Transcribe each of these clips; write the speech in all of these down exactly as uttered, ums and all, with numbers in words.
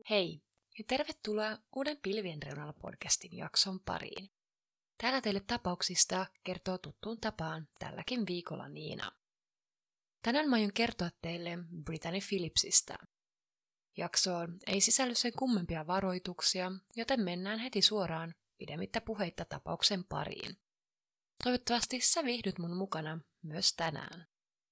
Hei ja tervetuloa uuden Pilvien reunalla podcastin jakson pariin. Täällä teille tapauksista kertoo tuttuun tapaan tälläkin viikolla Niina. Tänään mä aion kertoa teille Brittany Phillipsistä. Jaksoon ei sisälly sen kummempia varoituksia, joten mennään heti suoraan pidemmittä puheitta tapauksen pariin. Toivottavasti sä viihdyt mun mukana myös tänään.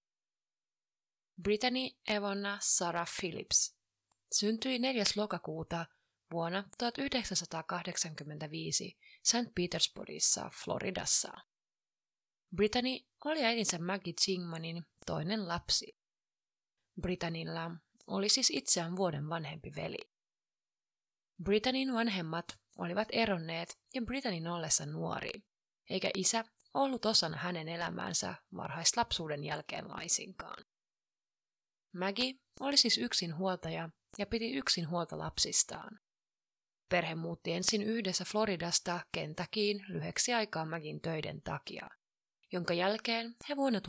Brittany Evonna Sarah Phillips syntyi neljäs lokakuuta vuonna tuhatyhdeksänsataakahdeksankymmentäviisi Saint Petersburgissa, Floridassa. Brittany oli äitinsä Maggie Chingmanin toinen lapsi. Brittanylla oli siis itseään vuoden vanhempi veli. Brittannyn vanhemmat olivat eronneet jo Brittannyn ollessa nuori, eikä isä ollut osana hänen elämäänsä varhaislapsuuden jälkeen laisinkaan. Maggie oli siis yksinhuoltaja ja piti yksin huolta lapsistaan. Perhe muutti ensin yhdessä Floridasta Kentuckyin lyhyeksi aikaa Maggien töiden takia, jonka jälkeen he vuonna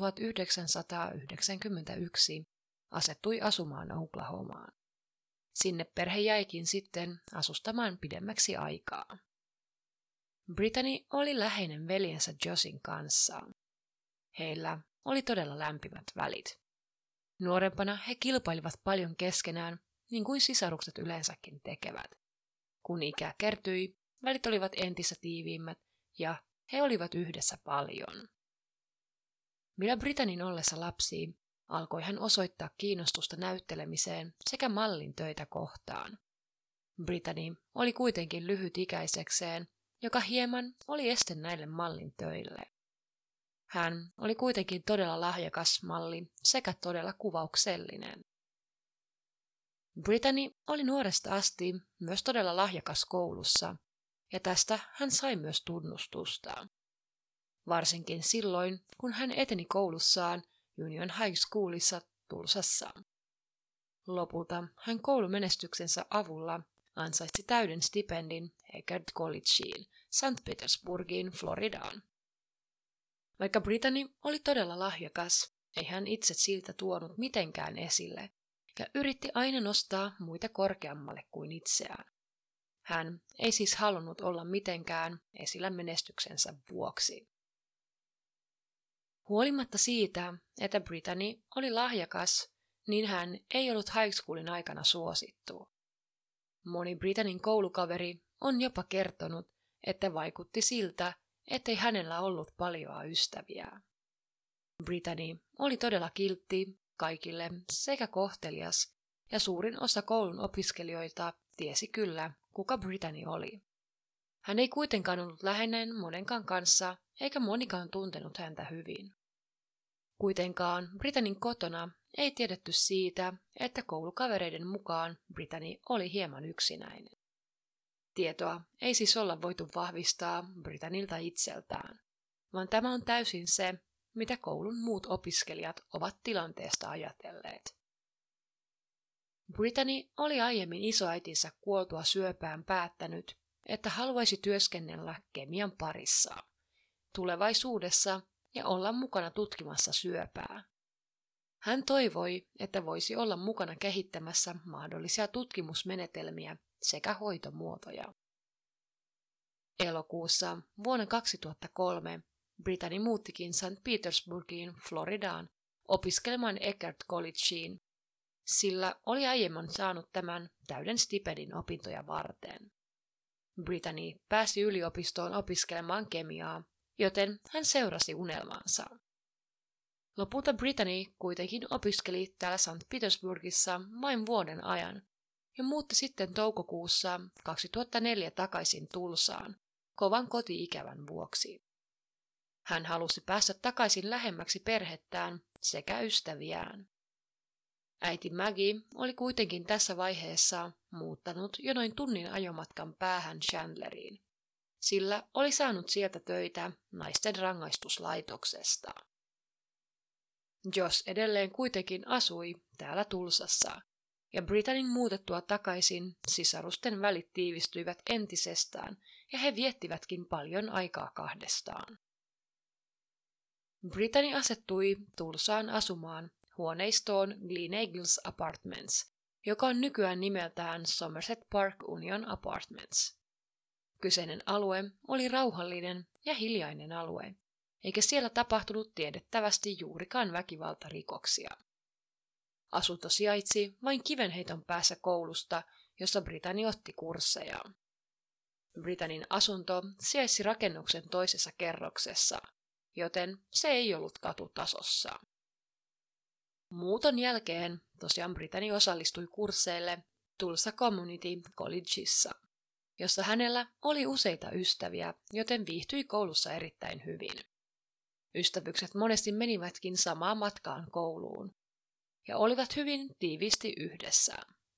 tuhatyhdeksänsataayhdeksänkymmentäyksi asettui asumaan Oklahomaan. Sinne perhe jäikin sitten asustamaan pidemmäksi aikaa. Brittany oli läheinen veljensä Joshin kanssa. Heillä oli todella lämpimät välit. Nuorempana he kilpailivat paljon keskenään, niin kuin sisarukset yleensäkin tekevät. Kun ikä kertyi, välit olivat entistä tiiviimmät ja he olivat yhdessä paljon. Millä Brittannyn ollessa lapsi, alkoi hän osoittaa kiinnostusta näyttelemiseen sekä mallin töitä kohtaan. Brittany oli kuitenkin lyhytikäisekseen, joka hieman oli este näille mallin töille. Hän oli kuitenkin todella lahjakas malli sekä todella kuvauksellinen. Brittany oli nuoresta asti myös todella lahjakas koulussa, ja tästä hän sai myös tunnustusta. Varsinkin silloin, kun hän eteni koulussaan Union High Schoolissa Tulsassa. Lopulta hän koulumenestyksensä avulla ansaitsi täyden stipendin Eckerd Collegeen Saint Petersburgiin, Floridaan. Vaikka Brittany oli todella lahjakas, ei hän itse siltä tuonut mitenkään esille ja yritti aina nostaa muita korkeammalle kuin itseään. Hän ei siis halunnut olla mitenkään esillä menestyksensä vuoksi. Huolimatta siitä, että Brittany oli lahjakas, niin hän ei ollut high schoolin aikana suosittu. Moni Brittannyn koulukaveri on jopa kertonut, että vaikutti siltä, ettei hänellä ollut paljoa ystäviä. Brittany oli todella kiltti kaikille sekä kohtelias, ja suurin osa koulun opiskelijoita tiesi kyllä, kuka Brittany oli. Hän ei kuitenkaan ollut läheinen monenkaan kanssa, eikä monikaan tuntenut häntä hyvin. Kuitenkaan Brittannyn kotona ei tiedetty siitä, että koulukavereiden mukaan Brittany oli hieman yksinäinen. Tietoa ei siis olla voitu vahvistaa Brittannyltä itseltään, vaan tämä on täysin se, mitä koulun muut opiskelijat ovat tilanteesta ajatelleet. Brittany oli aiemmin isoäitinsä kuoltua syöpään päättänyt, että haluaisi työskennellä kemian parissa tulevaisuudessa ja olla mukana tutkimassa syöpää. Hän toivoi, että voisi olla mukana kehittämässä mahdollisia tutkimusmenetelmiä sekä hoitomuotoja. Elokuussa vuonna kaksituhattakolme Brittany muuttikin Saint Petersburgiin, Floridaan, opiskelemaan Eckerd Collegeen, sillä oli aiemmin saanut tämän täyden stipendin opintoja varten. Brittany pääsi yliopistoon opiskelemaan kemiaa, joten hän seurasi unelmaansa. Lopulta Brittany kuitenkin opiskeli täällä Saint Petersburgissa vain vuoden ajan ja muutti sitten toukokuussa kaksituhattaneljä takaisin Tulsaan kovan koti-ikävän vuoksi. Hän halusi päästä takaisin lähemmäksi perhettään sekä ystäviään. Äiti Maggie oli kuitenkin tässä vaiheessa muuttanut jo noin tunnin ajomatkan päähän Chandleriin, sillä oli saanut sieltä töitä naisten rangaistuslaitoksesta. Josh edelleen kuitenkin asui täällä Tulsassa, ja Brittannyn muutettua takaisin sisarusten välit tiivistyivät entisestään ja he viettivätkin paljon aikaa kahdestaan. Brittany asettui Tulsaan asumaan huoneistoon Gleneagles Apartments, joka on nykyään nimeltään Somerset Park Union Apartments. Kyseinen alue oli rauhallinen ja hiljainen alue, eikä siellä tapahtunut tiedettävästi juurikaan väkivaltarikoksia. Asunto sijaitsi vain kivenheiton päässä koulusta, jossa Brittany otti kursseja. Brittany'n asunto sijaitsi rakennuksen toisessa kerroksessa, joten se ei ollut katutasossa. Muuton jälkeen tosiaan Brittany osallistui kursseille Tulsa Community Collegeissa, jossa hänellä oli useita ystäviä, joten viihtyi koulussa erittäin hyvin. Ystävykset monesti menivätkin samaan matkaan kouluun ja olivat hyvin tiiviisti yhdessä.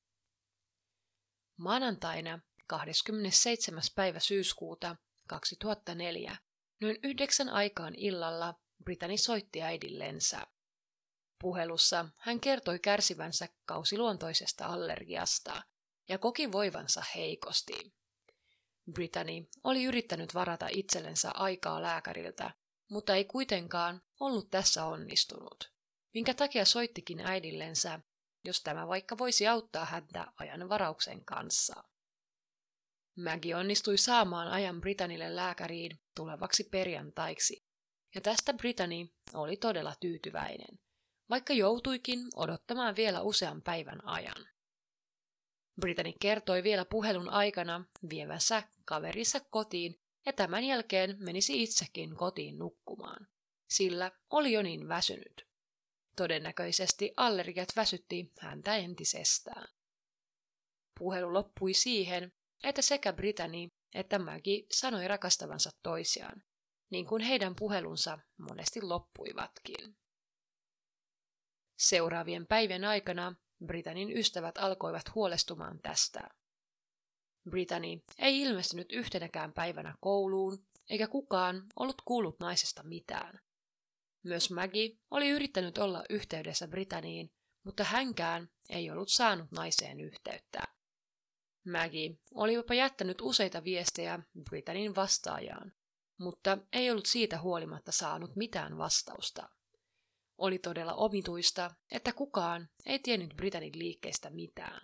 Maanantaina kahdeskymmenesseitsemäs päivä syyskuuta kaksituhattaneljä noin yhdeksän aikaan illalla Brittany soitti äidillensä. Puhelussa hän kertoi kärsivänsä kausiluontoisesta allergiasta ja koki voivansa heikosti. Brittany oli yrittänyt varata itsellensä aikaa lääkäriltä, mutta ei kuitenkaan ollut tässä onnistunut, minkä takia soittikin äidillensä, jos tämä vaikka voisi auttaa häntä ajan varauksen kanssa. Maggie onnistui saamaan ajan Brittanylle lääkäriin tulevaksi perjantaiksi, ja tästä Brittany oli todella tyytyväinen, vaikka joutuikin odottamaan vielä usean päivän ajan. Brittany kertoi vielä puhelun aikana vievänsä kaverinsa kotiin ja tämän jälkeen menisi itsekin kotiin nukkumaan, sillä oli jo niin väsynyt. Todennäköisesti allergiat väsytti häntä entisestään. Puhelu loppui siihen, että sekä Brittany että Maggie sanoi rakastavansa toisiaan, niin kuin heidän puhelunsa monesti loppuivatkin. Seuraavien päivien aikana Brittany'n ystävät alkoivat huolestumaan tästä. Brittany ei ilmestynyt yhtenäkään päivänä kouluun, eikä kukaan ollut kuullut naisesta mitään. Myös Maggie oli yrittänyt olla yhteydessä Brittanyyn, mutta hänkään ei ollut saanut naiseen yhteyttä. Maggie oli jopa jättänyt useita viestejä Brittany'n vastaajaan, mutta ei ollut siitä huolimatta saanut mitään vastausta. Oli todella omituista, että kukaan ei tiennyt Brittany'n liikkeestä mitään.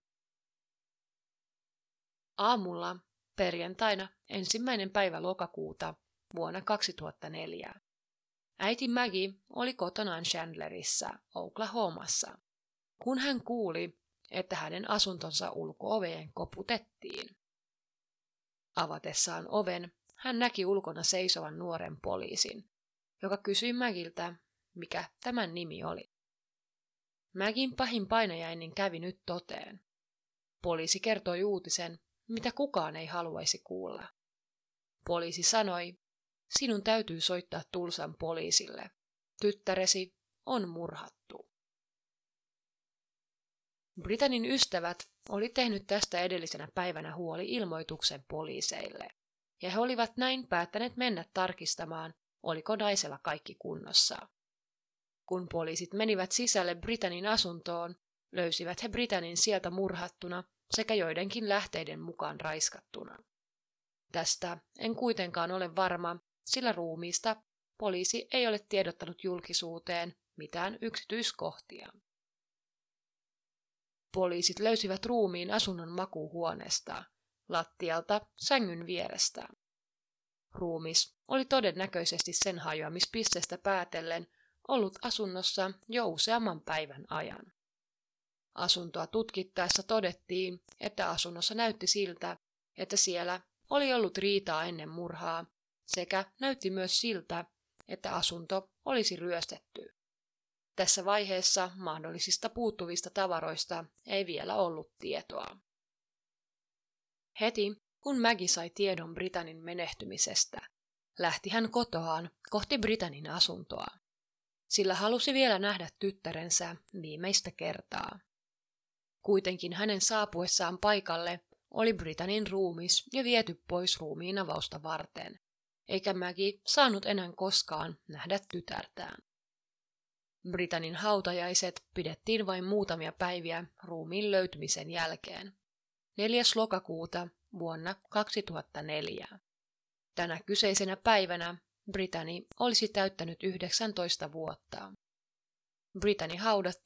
Aamulla, perjantaina ensimmäinen päivä lokakuuta vuonna kaksituhattaneljä, äiti Maggie oli kotonaan Chandlerissa, Oklahomassa, kun hän kuuli, että hänen asuntonsa ulko-oveen koputettiin. Avatessaan oven hän näki ulkona seisovan nuoren poliisin, joka kysyi Maggiltä, mikä tämän nimi oli. Maggien pahin painajainen kävi nyt toteen. Poliisi kertoi uutisen, mitä kukaan ei haluaisi kuulla. Poliisi sanoi, sinun täytyy soittaa Tulsan poliisille. Tyttäresi on murhattu. Brittany'n ystävät oli tehnyt tästä edellisenä päivänä huoli-ilmoituksen poliiseille, ja he olivat näin päättäneet mennä tarkistamaan, oliko naisella kaikki kunnossa. Kun poliisit menivät sisälle Brittany'n asuntoon, löysivät he Brittany'n sieltä murhattuna sekä joidenkin lähteiden mukaan raiskattuna. Tästä en kuitenkaan ole varma, sillä ruumiista poliisi ei ole tiedottanut julkisuuteen mitään yksityiskohtia. Poliisit löysivät ruumiin asunnon makuuhuoneesta, lattialta, sängyn vierestä. Ruumis oli todennäköisesti sen hajoamispisteestä päätellen ollut asunnossa jo useamman päivän ajan. Asuntoa tutkittaessa todettiin, että asunnossa näytti siltä, että siellä oli ollut riitaa ennen murhaa, sekä näytti myös siltä, että asunto olisi ryöstetty. Tässä vaiheessa mahdollisista puuttuvista tavaroista ei vielä ollut tietoa. Heti, kun Maggie sai tiedon Brittany'n menehtymisestä, lähti hän kotoaan kohti Brittany'n asuntoa, sillä halusi vielä nähdä tyttärensä viimeistä kertaa. Kuitenkin hänen saapuessaan paikalle oli Brittany'n ruumis jo viety pois ruumiin avausta varten, eikä Maggie saanut enää koskaan nähdä tytärtään. Brittany'n hautajaiset pidettiin vain muutamia päiviä ruumiin löytymisen jälkeen, neljäs lokakuuta vuonna kaksituhattaneljä. Tänä kyseisenä päivänä Brittany olisi täyttänyt yhdeksäntoista vuotta. Brittany haudattiin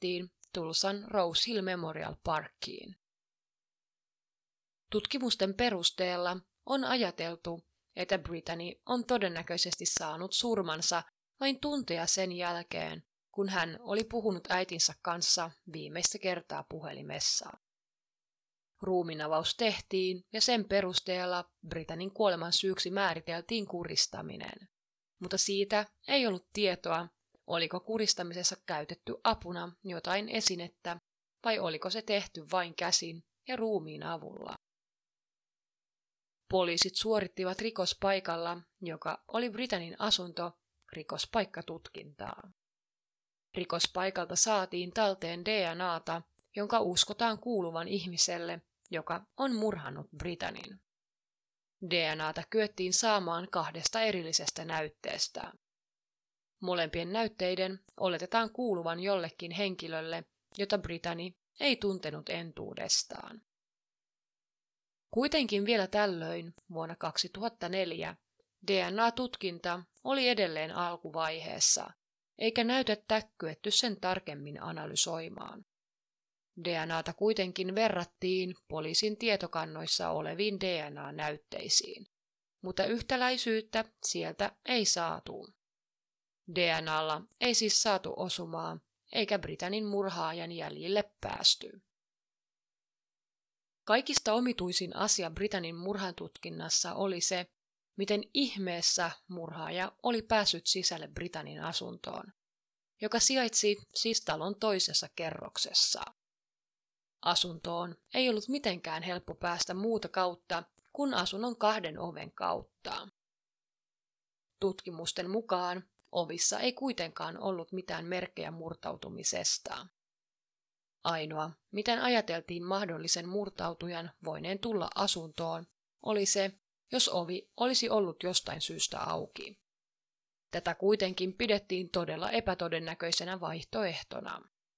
Tulsan Rose Hill Memorial Parkiin. Tutkimusten perusteella on ajateltu, että Brittany on todennäköisesti saanut surmansa vain tunteja sen jälkeen, kun hän oli puhunut äitinsä kanssa viimeistä kertaa puhelimessa. Ruumiinavaus tehtiin ja sen perusteella Brittanyn kuoleman syyksi määriteltiin kuristaminen, mutta siitä ei ollut tietoa, oliko kuristamisessa käytetty apuna jotain esinettä vai oliko se tehty vain käsin ja ruumiin avulla. Poliisit suorittivat rikospaikalla, joka oli Brittanyn asunto, rikospaikkatutkintaa. Rikospaikalta saatiin talteen D N A:ta, jonka uskotaan kuuluvan ihmiselle, joka on murhannut Brittanyn. D N A:ta kyettiin saamaan kahdesta erillisestä näytteestä. Molempien näytteiden oletetaan kuuluvan jollekin henkilölle, jota Brittany ei tuntenut entuudestaan. Kuitenkin vielä tällöin, vuonna kaksituhattaneljä, D N A-tutkinta oli edelleen alkuvaiheessa, eikä näytettä kyetty sen tarkemmin analysoimaan. D N A:ta kuitenkin verrattiin poliisin tietokannoissa oleviin D N A-näytteisiin, mutta yhtäläisyyttä sieltä ei saatu. D N A:lla ei siis saatu osumaa, eikä Brittanyn murhaajan jäljille päästy. Kaikista omituisin asia Brittanyn murhan tutkinnassa oli se, miten ihmeessä murhaaja oli päässyt sisälle Brittanyn asuntoon, joka sijaitsi siis talon toisessa kerroksessa. Asuntoon ei ollut mitenkään helppo päästä muuta kautta kuin asunnon kahden oven kautta. Tutkimusten mukaan ovissa ei kuitenkaan ollut mitään merkkejä murtautumisesta. Ainoa, miten ajateltiin mahdollisen murtautujan voineen tulla asuntoon, oli se, jos ovi olisi ollut jostain syystä auki. Tätä kuitenkin pidettiin todella epätodennäköisenä vaihtoehtona.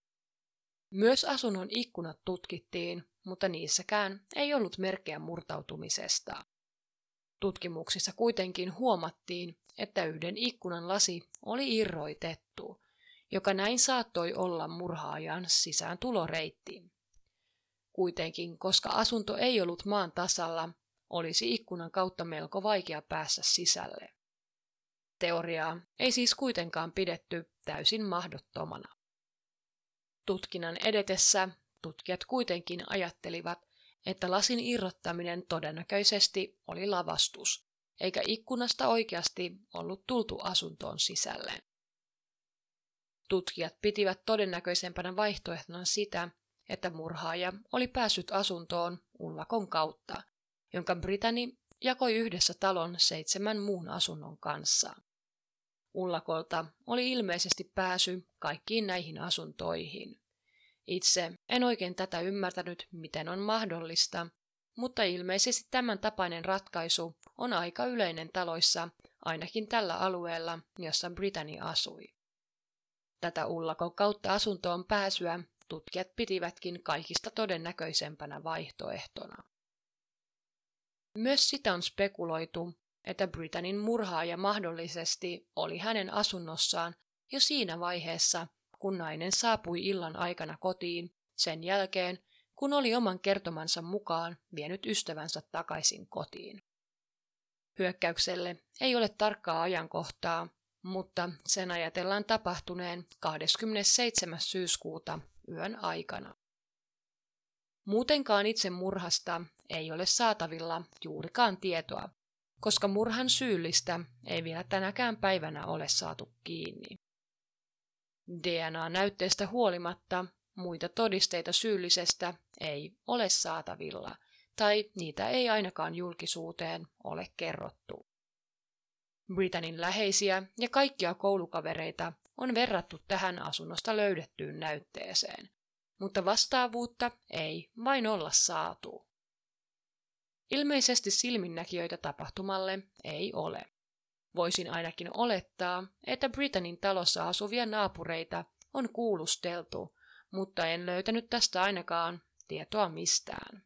Myös asunnon ikkunat tutkittiin, mutta niissäkään ei ollut merkkejä murtautumisesta. Tutkimuksissa kuitenkin huomattiin, että yhden ikkunan lasi oli irroitettu, joka näin saattoi olla murhaajan sisääntuloreitti. Kuitenkin, koska asunto ei ollut maan tasalla, olisi ikkunan kautta melko vaikea päästä sisälle. Teoriaa ei siis kuitenkaan pidetty täysin mahdottomana. Tutkinnan edetessä tutkijat kuitenkin ajattelivat, että lasin irrottaminen todennäköisesti oli lavastus, eikä ikkunasta oikeasti ollut tultu asuntoon sisälle. Tutkijat pitivät todennäköisempänä vaihtoehtona sitä, että murhaaja oli päässyt asuntoon ullakon kautta, jonka Brittany jakoi yhdessä talon seitsemän muun asunnon kanssa. Ullakolta oli ilmeisesti pääsy kaikkiin näihin asuntoihin. Itse en oikein tätä ymmärtänyt, miten on mahdollista, mutta ilmeisesti tämän tapainen ratkaisu on aika yleinen taloissa, ainakin tällä alueella, jossa Brittany asui. Tätä ullakon kautta asuntoon pääsyä tutkijat pitivätkin kaikista todennäköisempänä vaihtoehtona. Myös sitä on spekuloitu, että Brittanyn murhaaja mahdollisesti oli hänen asunnossaan jo siinä vaiheessa, kun nainen saapui illan aikana kotiin sen jälkeen, kun oli oman kertomansa mukaan vienyt ystävänsä takaisin kotiin. Hyökkäykselle ei ole tarkkaa ajankohtaa, mutta sen ajatellaan tapahtuneen kahdeskymmenesseitsemäs syyskuuta yön aikana. Muutenkaan itse murhasta ei ole saatavilla juurikaan tietoa, koska murhan syyllistä ei vielä tänäkään päivänä ole saatu kiinni. D N A-näytteestä huolimatta muita todisteita syyllisestä ei ole saatavilla, tai niitä ei ainakaan julkisuuteen ole kerrottu. Brittanyn läheisiä ja kaikkia koulukavereita on verrattu tähän asunnosta löydettyyn näytteeseen, mutta vastaavuutta ei vain olla saatu. Ilmeisesti silminnäkijöitä tapahtumalle ei ole. Voisin ainakin olettaa, että Brittanyn talossa asuvia naapureita on kuulusteltu, mutta en löytänyt tästä ainakaan tietoa mistään.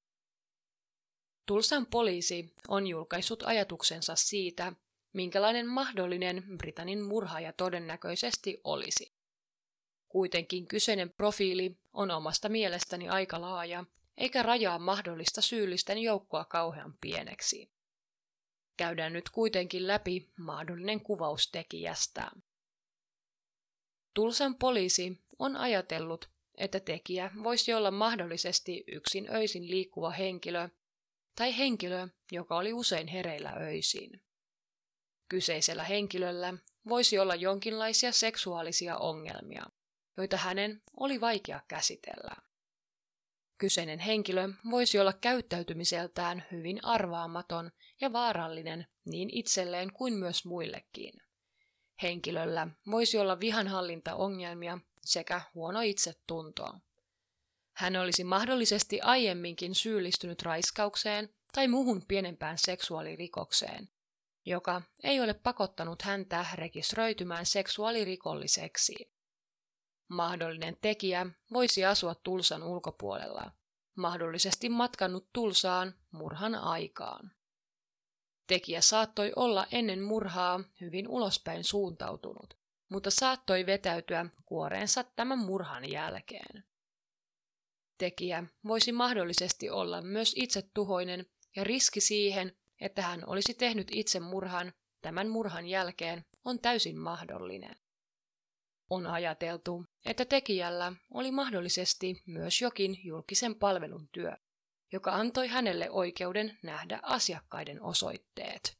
Tulsan poliisi on julkaissut ajatuksensa siitä, minkälainen mahdollinen Brittanyn murhaaja todennäköisesti olisi. Kuitenkin kyseinen profiili on omasta mielestäni aika laaja, eikä rajaa mahdollista syyllisten joukkoa kauhean pieneksi. Käydään nyt kuitenkin läpi mahdollinen kuvaus tekijästä. Tulsan poliisi on ajatellut, että tekijä voisi olla mahdollisesti yksin öisin liikkuva henkilö tai henkilö, joka oli usein hereillä öisin. Kyseisellä henkilöllä voisi olla jonkinlaisia seksuaalisia ongelmia, joita hänen oli vaikea käsitellä. Kyseinen henkilö voisi olla käyttäytymiseltään hyvin arvaamaton ja vaarallinen niin itselleen kuin myös muillekin. Henkilöllä voisi olla vihanhallintaongelmia sekä huono itsetunto. Hän olisi mahdollisesti aiemminkin syyllistynyt raiskaukseen tai muuhun pienempään seksuaalirikokseen, joka ei ole pakottanut häntä rekisteröitymään seksuaalirikolliseksi. Mahdollinen tekijä voisi asua Tulsan ulkopuolella, mahdollisesti matkannut Tulsaan murhan aikaan. Tekijä saattoi olla ennen murhaa hyvin ulospäin suuntautunut, mutta saattoi vetäytyä kuoreensa tämän murhan jälkeen. Tekijä voisi mahdollisesti olla myös itsetuhoinen ja riski siihen, että hän olisi tehnyt itsemurhan tämän murhan jälkeen, on täysin mahdollinen. On ajateltu, että tekijällä oli mahdollisesti myös jokin julkisen palvelun työ, joka antoi hänelle oikeuden nähdä asiakkaiden osoitteet.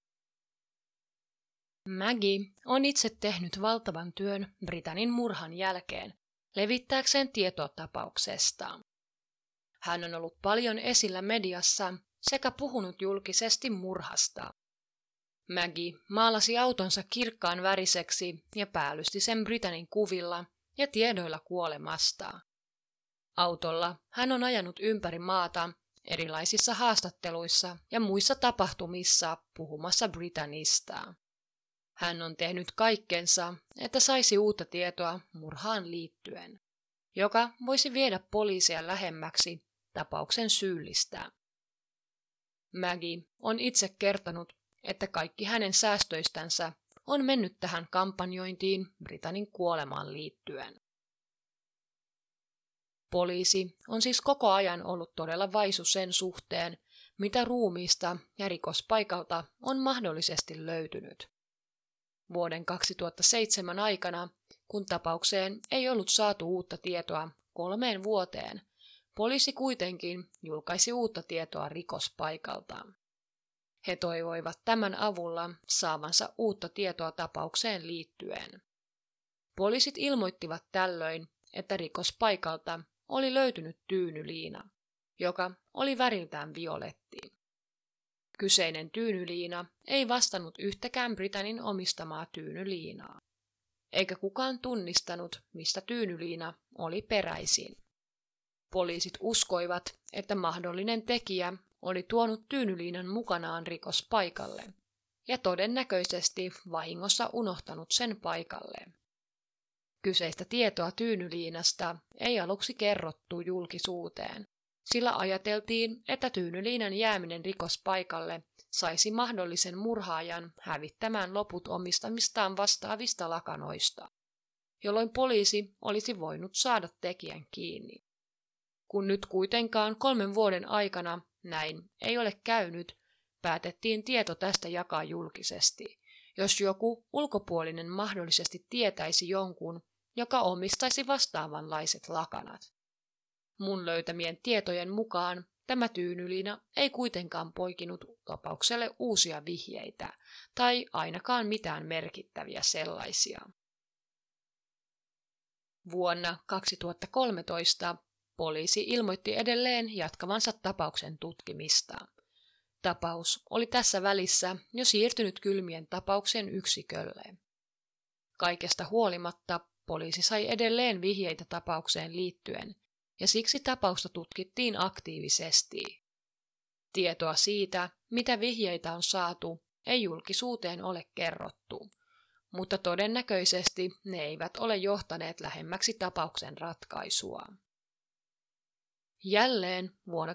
Maggie on itse tehnyt valtavan työn Britannin murhan jälkeen levittääkseen tietoa tapauksesta. Hän on ollut paljon esillä mediassa sekä puhunut julkisesti murhasta. Maggie maalasi autonsa kirkkaan väriseksi ja päällysti sen Britannin kuvilla ja tiedoilla kuolemasta. Autolla hän on ajanut ympäri maata erilaisissa haastatteluissa ja muissa tapahtumissa puhumassa Britannista. Hän on tehnyt kaikkensa, että saisi uutta tietoa murhaan liittyen, joka voisi viedä poliisia lähemmäksi tapauksen syyllistä. Maggie on itse kertonut, että kaikki hänen säästöistänsä on mennyt tähän kampanjointiin Britannin kuolemaan liittyen. Poliisi on siis koko ajan ollut todella vaisu sen suhteen, mitä ruumiista ja rikospaikalta on mahdollisesti löytynyt. Vuoden kaksituhattaseitsemän aikana, kun tapaukseen ei ollut saatu uutta tietoa kolmeen vuoteen, poliisi kuitenkin julkaisi uutta tietoa rikospaikalta. He toivoivat tämän avulla saavansa uutta tietoa tapaukseen liittyen. Poliisit ilmoittivat tällöin, että rikospaikalta oli löytynyt tyynyliina, joka oli väriltään violetti. Kyseinen tyynyliina ei vastannut yhtäkään Britannin omistamaa tyynyliinaa, eikä kukaan tunnistanut, mistä tyynyliina oli peräisin. Poliisit uskoivat, että mahdollinen tekijä oli tuonut tyynyliinan mukanaan rikospaikalle ja todennäköisesti vahingossa unohtanut sen paikalle. Kyseistä tietoa tyynyliinasta ei aluksi kerrottu julkisuuteen, sillä ajateltiin, että tyynyliinan jääminen rikospaikalle saisi mahdollisen murhaajan hävittämään loput omistamistaan vastaavista lakanoista, jolloin poliisi olisi voinut saada tekijän kiinni. Kun nyt kuitenkaan kolmen vuoden aikana näin ei ole käynyt, päätettiin tieto tästä jakaa julkisesti, jos joku ulkopuolinen mahdollisesti tietäisi jonkun, joka omistaisi vastaavanlaiset lakanat. Mun löytämien tietojen mukaan tämä tyynyliina ei kuitenkaan poikinut tapaukselle uusia vihjeitä, tai ainakaan mitään merkittäviä sellaisia. Vuonna kaksituhattakolmetoista poliisi ilmoitti edelleen jatkavansa tapauksen tutkimista. Tapaus oli tässä välissä jo siirtynyt kylmien tapauksen yksikölle. Kaikesta huolimatta poliisi sai edelleen vihjeitä tapaukseen liittyen, ja siksi tapausta tutkittiin aktiivisesti. Tietoa siitä, mitä vihjeitä on saatu, ei julkisuuteen ole kerrottu, mutta todennäköisesti ne eivät ole johtaneet lähemmäksi tapauksen ratkaisua. Jälleen vuonna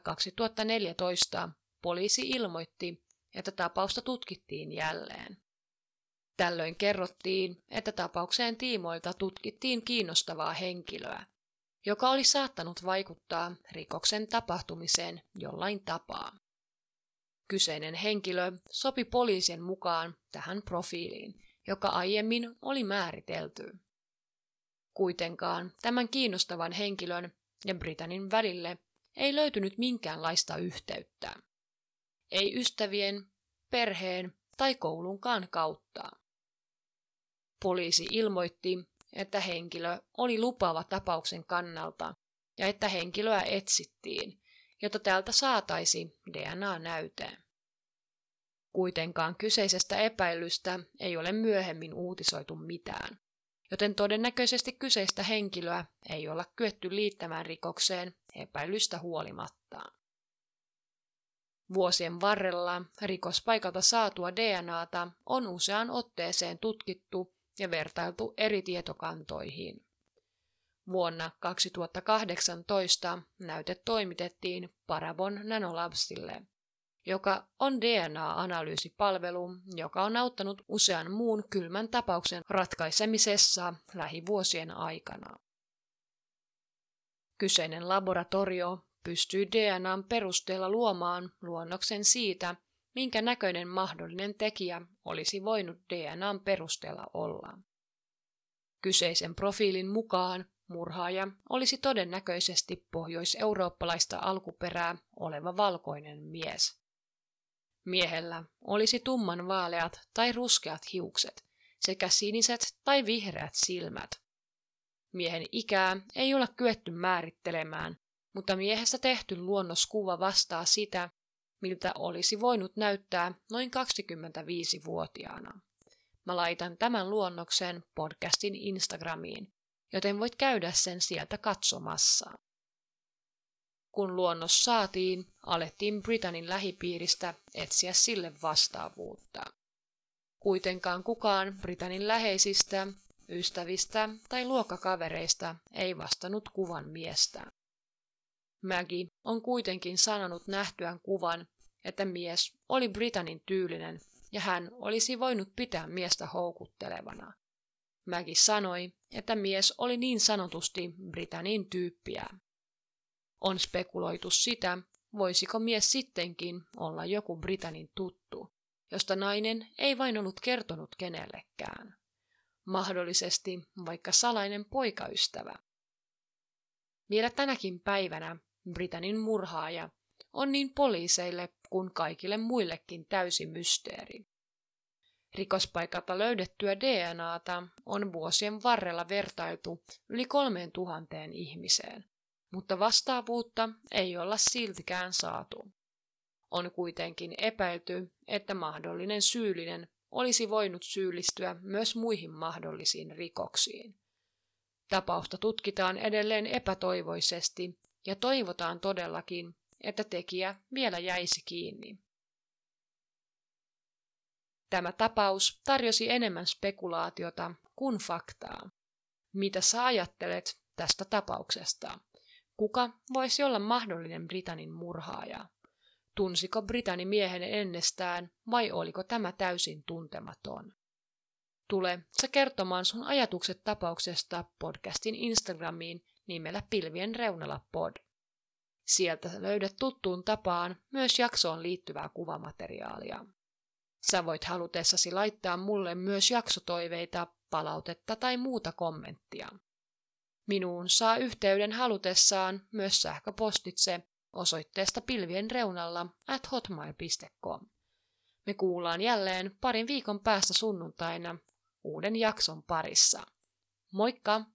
kaksituhattaneljätoista poliisi ilmoitti, että tapausta tutkittiin jälleen. Tällöin kerrottiin, että tapaukseen tiimoilta tutkittiin kiinnostavaa henkilöä, joka oli saattanut vaikuttaa rikoksen tapahtumiseen jollain tapaa. Kyseinen henkilö sopi poliisien mukaan tähän profiiliin, joka aiemmin oli määritelty. Kuitenkaan tämän kiinnostavan henkilön ja Britannin välille ei löytynyt minkäänlaista yhteyttä. Ei ystävien, perheen tai koulunkaan kautta. Poliisi ilmoitti, että henkilö oli lupaava tapauksen kannalta ja että henkilöä etsittiin, jotta täältä saataisi D N A-näyte. Kuitenkaan kyseisestä epäilystä ei ole myöhemmin uutisoitu mitään, joten todennäköisesti kyseistä henkilöä ei olla kyetty liittämään rikokseen epäilystä huolimatta. Vuosien varrella rikospaikalta saatua D N A:ta on useaan otteeseen tutkittu ja vertailtu eri tietokantoihin. Vuonna kaksituhattakahdeksantoista näyte toimitettiin Parabon Nanolabsille, joka on D N A-analyysipalvelu, joka on auttanut usean muun kylmän tapauksen ratkaisemisessa lähivuosien aikana. Kyseinen laboratorio pystyy D N A:n perusteella luomaan luonnoksen siitä, minkä näköinen mahdollinen tekijä olisi voinut D N A:n perusteella olla. Kyseisen profiilin mukaan murhaaja olisi todennäköisesti pohjois-eurooppalaista alkuperää oleva valkoinen mies. Miehellä olisi tummanvaaleat tai ruskeat hiukset sekä siniset tai vihreät silmät. Miehen ikää ei ole kyetty määrittelemään, mutta miehestä tehty luonnoskuva vastaa sitä, miltä olisi voinut näyttää noin kaksikymmentäviisivuotiaana. Mä laitan tämän luonnoksen podcastin Instagramiin, joten voit käydä sen sieltä katsomassa. Kun luonnos saatiin, alettiin Britannin lähipiiristä etsiä sille vastaavuutta. Kuitenkaan kukaan Britannin läheisistä, ystävistä tai luokkakavereista ei vastannut kuvan miestä. Maggie on kuitenkin sanonut nähtyään kuvan, että mies oli Britannin tyylinen ja hän olisi voinut pitää miestä houkuttelevana. Maggie sanoi, että mies oli niin sanotusti Britannin tyyppiä. On spekuloitu sitä, voisiko mies sittenkin olla joku Britannin tuttu, josta nainen ei vain ollut kertonut kenellekään. Mahdollisesti vaikka salainen poikaystävä. Vielä tänäkin päivänä Britannin murhaaja on niin poliiseille kuin kaikille muillekin täysi mysteeri. Rikospaikalta löydettyä D N A:ta on vuosien varrella vertailtu yli kolmeen tuhanteen ihmiseen, mutta vastaavuutta ei olla siltikään saatu. On kuitenkin epäilty, että mahdollinen syyllinen olisi voinut syyllistyä myös muihin mahdollisiin rikoksiin. Tapausta tutkitaan edelleen epätoivoisesti ja toivotaan todellakin, että tekijä vielä jäisi kiinni. Tämä tapaus tarjosi enemmän spekulaatiota kuin faktaa. Mitä sä ajattelet tästä tapauksesta? Kuka voisi olla mahdollinen Britannin murhaaja? Tunsiko Britanni miehen ennestään vai oliko tämä täysin tuntematon? Tule sä kertomaan sun ajatukset tapauksesta podcastin Instagramiin nimellä Pilvien reunalla pod. Sieltä löydät tuttuun tapaan myös jaksoon liittyvää kuvamateriaalia. Sä voit halutessasi laittaa mulle myös jaksotoiveita, palautetta tai muuta kommenttia. Minuun saa yhteyden halutessaan myös sähköpostitse osoitteesta pilvienreunalla at hotmail piste com. Me kuullaan jälleen parin viikon päästä sunnuntaina uuden jakson parissa. Moikka!